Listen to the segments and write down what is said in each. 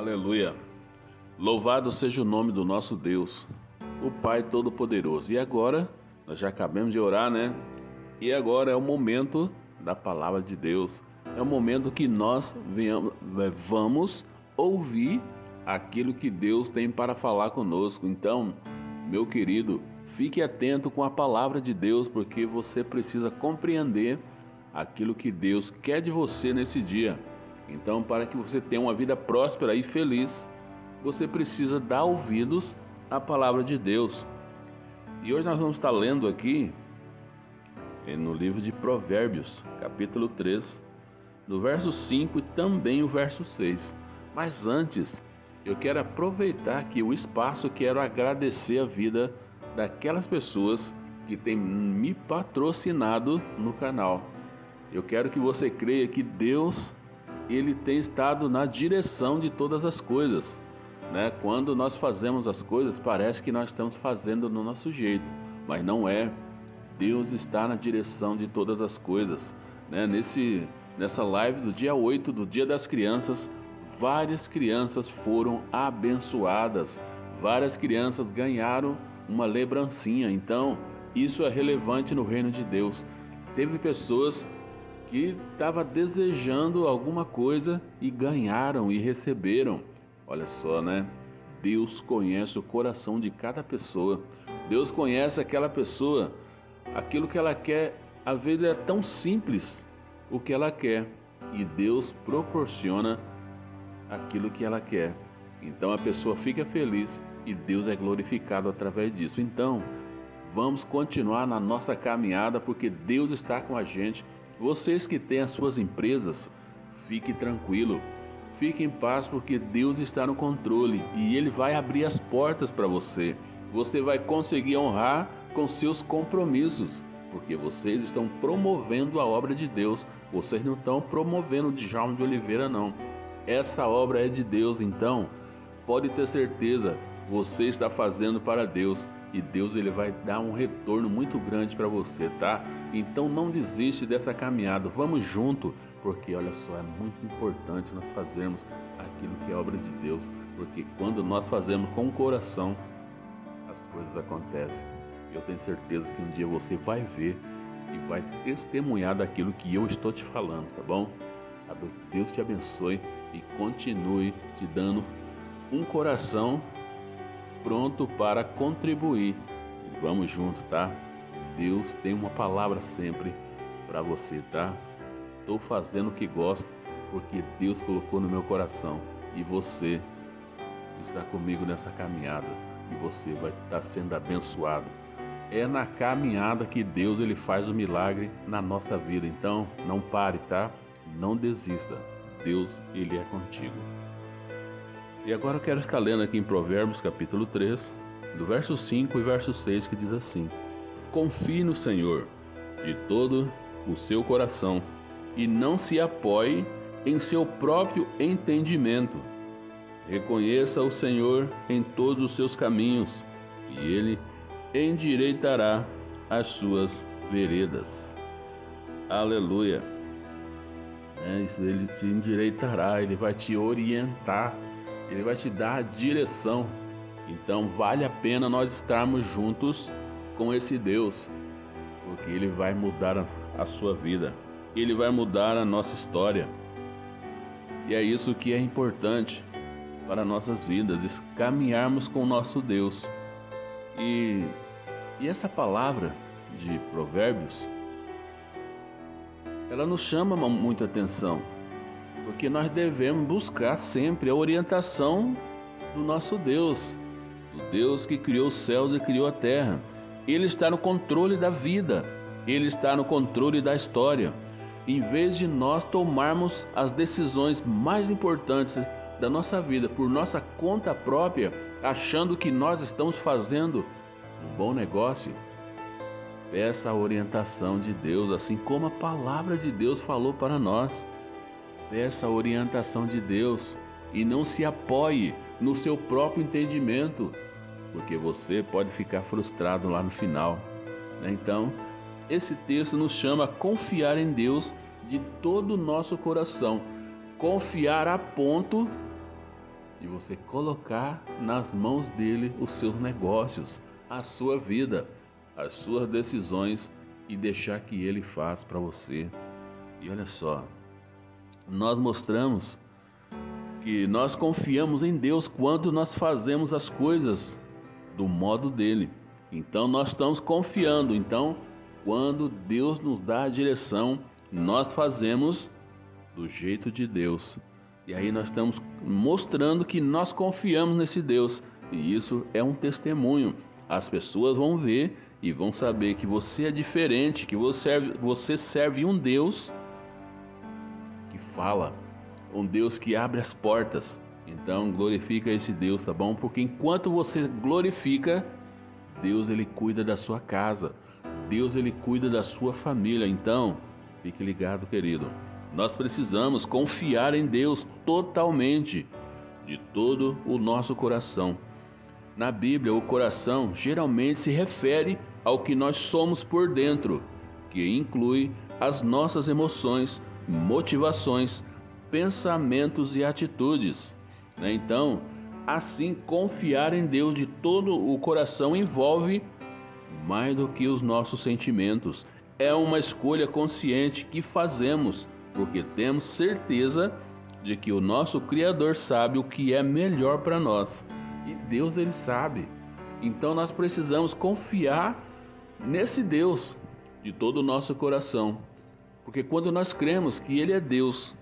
Aleluia! Louvado seja o nome do nosso Deus, o Pai Todo-Poderoso. E agora, nós já acabamos de orar, né? E agora é o momento da palavra de Deus. É o momento que nós vamos ouvir aquilo que Deus tem para falar conosco. Então, meu querido, fique atento com a palavra de Deus, porque você precisa compreender aquilo que Deus quer de você nesse dia. Então, para que você tenha uma vida próspera e feliz, você precisa dar ouvidos à palavra de Deus. E hoje nós vamos estar lendo aqui no livro de Provérbios, capítulo 3, no verso 5 e também o verso 6. Mas antes, eu quero aproveitar aqui o espaço, quero agradecer a vida daquelas pessoas que têm me patrocinado no canal. Eu quero que você creia que Deus, Ele tem estado na direção de todas as coisas, né? Quando nós fazemos as coisas, parece que nós estamos fazendo do nosso jeito, mas não é. Deus está na direção de todas as coisas, né? Nessa live do dia 8, do Dia das Crianças, várias crianças foram abençoadas, várias crianças ganharam uma lembrancinha. Então, isso é relevante no reino de Deus. Teve pessoas que estavam desejando alguma coisa e ganharam e receberam. Olha só, né? Deus conhece o coração de cada pessoa. Deus conhece aquela pessoa, aquilo que ela quer. Às vezes é tão simples o que ela quer, e Deus proporciona aquilo que ela quer. Então a pessoa fica feliz e Deus é glorificado através disso. Então, vamos continuar na nossa caminhada, porque Deus está com a gente. Vocês que têm as suas empresas, fique tranquilo, fique em paz, porque Deus está no controle e Ele vai abrir as portas para você. Você vai conseguir honrar com seus compromissos, porque vocês estão promovendo a obra de Deus. Vocês não estão promovendo o Djalma de Oliveira, não. Essa obra é de Deus, então pode ter certeza, você está fazendo para Deus, e Deus ele vai dar um retorno muito grande para você, tá? Então não desiste dessa caminhada, vamos junto, porque olha só, é muito importante nós fazermos aquilo que é obra de Deus, porque quando nós fazemos com o coração, as coisas acontecem. Eu tenho certeza que um dia você vai ver e vai testemunhar daquilo que eu estou te falando, tá bom? Deus te abençoe e continue te dando um coração pronto para contribuir. Vamos junto, tá? Deus tem uma palavra sempre para você, tá? Estou fazendo o que gosto porque Deus colocou no meu coração, e você está comigo nessa caminhada e você vai estar sendo abençoado. É na caminhada que Deus ele faz o milagre na nossa vida. Então não pare, tá? Não desista. Deus ele é contigo. E agora eu quero estar lendo aqui em Provérbios capítulo 3, do verso 5 e verso 6, que diz assim: Confie no Senhor de todo o seu coração e não se apoie em seu próprio entendimento. Reconheça o Senhor em todos os seus caminhos e Ele endireitará as suas veredas. Aleluia! Ele te endireitará, Ele vai te orientar, Ele vai te dar a direção. Então vale a pena nós estarmos juntos com esse Deus, porque Ele vai mudar a sua vida, Ele vai mudar a nossa história. E é isso que é importante para nossas vidas, caminharmos com o nosso Deus. E essa palavra de Provérbios, ela nos chama muita atenção, porque nós devemos buscar sempre a orientação do nosso Deus, do Deus que criou os céus e criou a terra. Ele está no controle da vida, Ele está no controle da história. Em vez de nós tomarmos as decisões mais importantes da nossa vida por nossa conta própria, achando que nós estamos fazendo um bom negócio, peça a orientação de Deus, assim como a palavra de Deus falou para nós. Peça a orientação de Deus e não se apoie no seu próprio entendimento, porque você pode ficar frustrado lá no final, né? Então, esse texto nos chama a confiar em Deus de todo o nosso coração, confiar a ponto de você colocar nas mãos dele os seus negócios, a sua vida, as suas decisões e deixar que ele faça para você. E olha só, nós mostramos que nós confiamos em Deus quando nós fazemos as coisas do modo dele. Então nós estamos confiando. Então, quando Deus nos dá a direção, nós fazemos do jeito de Deus. E aí nós estamos mostrando que nós confiamos nesse Deus. E isso é um testemunho. As pessoas vão ver e vão saber que você é diferente, que você serve um Deus que fala, um Deus que abre as portas. Então glorifica esse Deus, tá bom? Porque enquanto você glorifica, Deus ele cuida da sua casa, Deus ele cuida da sua família. Então fique ligado, querido. Nós precisamos confiar em Deus totalmente, de todo o nosso coração. Na Bíblia, o coração geralmente se refere ao que nós somos por dentro, que inclui as nossas emoções, motivações, pensamentos e atitudes. Então, assim, confiar em Deus de todo o coração envolve mais do que os nossos sentimentos. É uma escolha consciente que fazemos, porque temos certeza de que o nosso Criador sabe o que é melhor para nós. E Deus ele sabe. Então nós precisamos confiar nesse Deus de todo o nosso coração. Porque quando nós cremos que Ele é Deus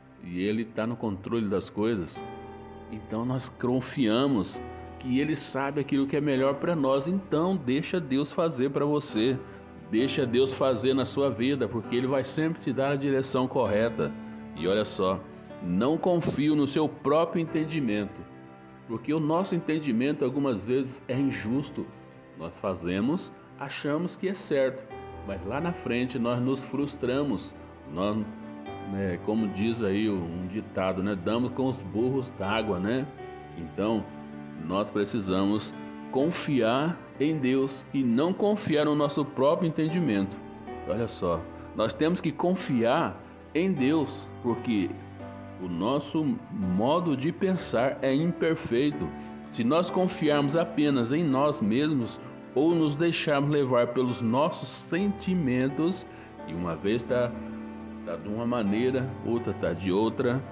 e Ele está no controle das coisas, então nós confiamos que Ele sabe aquilo que é melhor para nós. Então deixa Deus fazer para você. Deixa Deus fazer na sua vida, porque Ele vai sempre te dar a direção correta. E olha só, não confio no seu próprio entendimento, porque o nosso entendimento algumas vezes é injusto. Nós fazemos, achamos que é certo, mas lá na frente nós nos frustramos. Nós, como diz aí um ditado, damos com os burros d'água, Então, nós precisamos confiar em Deus e não confiar no nosso próprio entendimento. Olha só, nós temos que confiar em Deus, porque o nosso modo de pensar é imperfeito. Se nós confiarmos apenas em nós mesmos ou nos deixarmos levar pelos nossos sentimentos, e uma vez está de uma maneira, outra está de outra,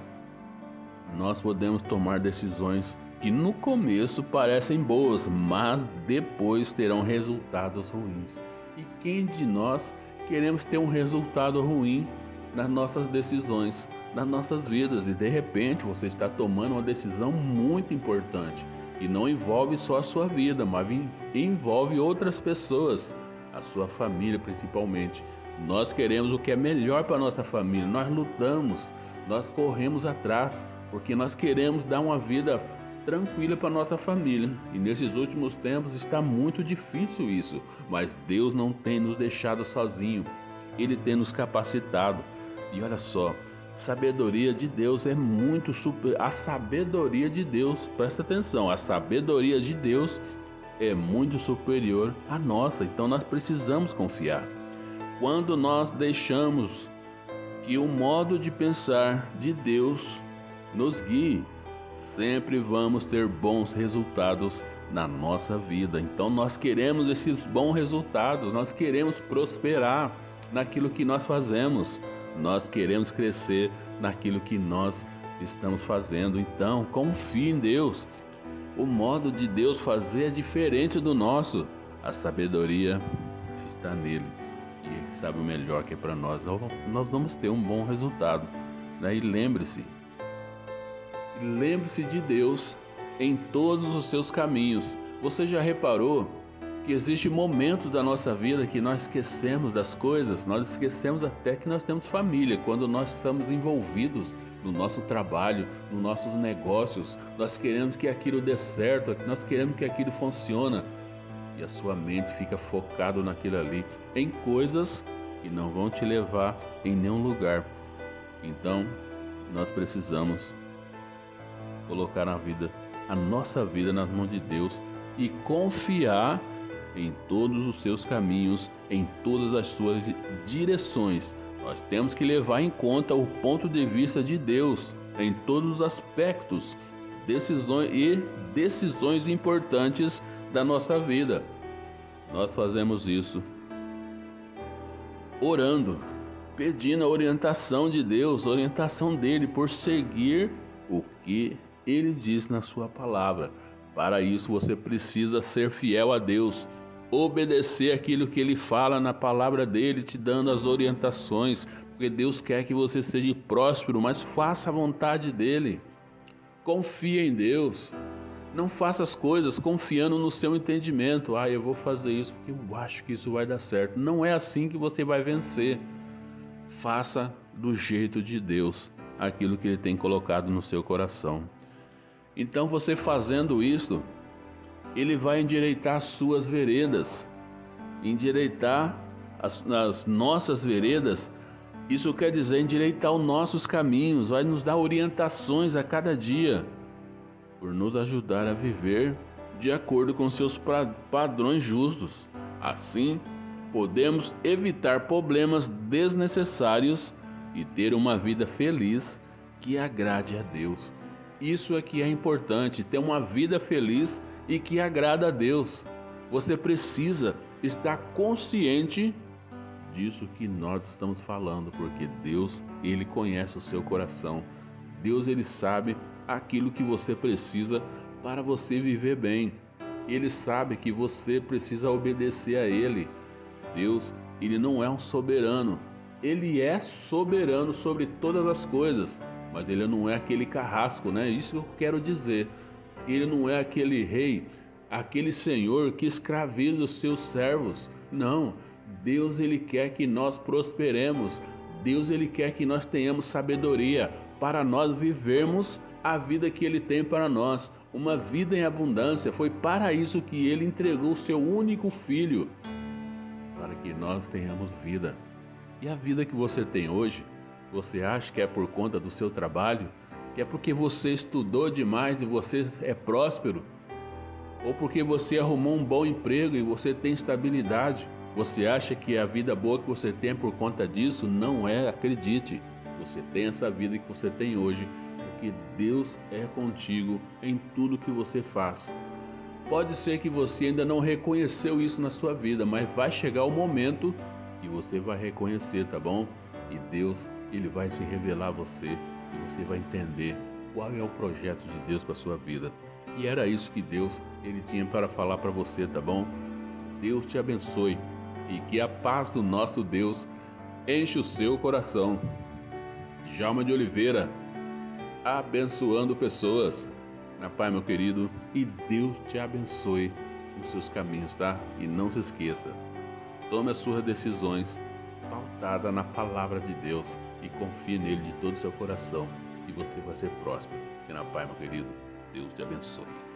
nós podemos tomar decisões que no começo parecem boas, mas depois terão resultados ruins. E quem de nós queremos ter um resultado ruim nas nossas decisões, nas nossas vidas? E de repente você está tomando uma decisão muito importante e não envolve só a sua vida, mas envolve outras pessoas, a sua família principalmente. Nós queremos o que é melhor para a nossa família, nós lutamos, nós corremos atrás, porque nós queremos dar uma vida tranquila para nossa família. E nesses últimos tempos está muito difícil isso, mas Deus não tem nos deixado sozinhos, Ele tem nos capacitado. E olha só, sabedoria de Deus é muito super. A sabedoria de Deus, presta atenção, a sabedoria de Deus é muito superior à nossa. Então nós precisamos confiar. Quando nós deixamos que o modo de pensar de Deus nos guie, sempre vamos ter bons resultados na nossa vida. Então nós queremos esses bons resultados, nós queremos prosperar naquilo que nós fazemos, nós queremos crescer naquilo que nós estamos fazendo. Então confie em Deus. O modo de Deus fazer é diferente do nosso. A sabedoria está nele e Ele sabe o melhor que é para nós. Nós vamos ter um bom resultado, E lembre-se de Deus em todos os seus caminhos. Você já reparou que existem momentos da nossa vida que nós esquecemos das coisas? Nós esquecemos até que nós temos família. Quando nós estamos envolvidos no nosso trabalho, nos nossos negócios, nós queremos que aquilo dê certo, nós queremos que aquilo funcione. E a sua mente fica focada naquilo ali, em coisas que não vão te levar em nenhum lugar. Então, nós precisamos colocar a nossa vida nas mãos de Deus e confiar em todos os seus caminhos, em todas as suas direções. Nós temos que levar em conta o ponto de vista de Deus em todos os aspectos. decisões importantes da nossa vida. Nós fazemos isso orando, pedindo a orientação de Deus, a orientação dele, por seguir o que ele diz na sua palavra. Para isso você precisa ser fiel a Deus, obedecer aquilo que ele fala na palavra dele, te dando as orientações, porque Deus quer que você seja próspero, mas faça a vontade dele. Confia em Deus. Não faça as coisas confiando no seu entendimento. Eu vou fazer isso porque eu acho que isso vai dar certo. Não é assim que você vai vencer. Faça do jeito de Deus aquilo que ele tem colocado no seu coração. Então você fazendo isso, ele vai endireitar as suas veredas. Endireitar as nossas veredas, isso quer dizer endireitar os nossos caminhos, vai nos dar orientações a cada dia, por nos ajudar a viver de acordo com seus padrões justos. Assim, podemos evitar problemas desnecessários e ter uma vida feliz que agrade a Deus. Isso é que é importante, ter uma vida feliz e que agrada a Deus. Você precisa estar consciente disso que nós estamos falando, porque Deus, ele conhece o seu coração. Deus, ele sabe aquilo que você precisa para você viver bem. Ele sabe que você precisa obedecer a ele. Deus, ele não é um soberano. Ele é soberano sobre todas as coisas, mas ele não é aquele carrasco, né? Isso que eu quero dizer. Ele não é aquele rei, aquele senhor que escraviza os seus servos. Não. Deus, ele quer que nós prosperemos. Deus, ele quer que nós tenhamos sabedoria para nós vivermos a vida que ele tem para nós, uma vida em abundância. Foi para isso que ele entregou o seu único filho, para que nós tenhamos vida. E a vida que você tem hoje, você acha que é por conta do seu trabalho? Que é porque você estudou demais e você é próspero? Ou porque você arrumou um bom emprego e você tem estabilidade? Você acha que a vida boa que você tem é por conta disso? Não é, acredite. Você tem essa vida que você tem hoje porque Deus é contigo em tudo que você faz. Pode ser que você ainda não reconheceu isso na sua vida, mas vai chegar o momento que você vai reconhecer, tá bom? E Deus, ele vai se revelar a você e você vai entender qual é o projeto de Deus para sua vida. E era isso que Deus, ele tinha para falar para você, tá bom? Deus te abençoe e que a paz do nosso Deus enche o seu coração. Djalma de Oliveira, abençoando pessoas. Na paz, meu querido, e Deus te abençoe nos seus caminhos, tá? E não se esqueça, tome as suas decisões pautadas na palavra de Deus e confie nele de todo o seu coração e você vai ser próspero. E na paz, meu querido, Deus te abençoe.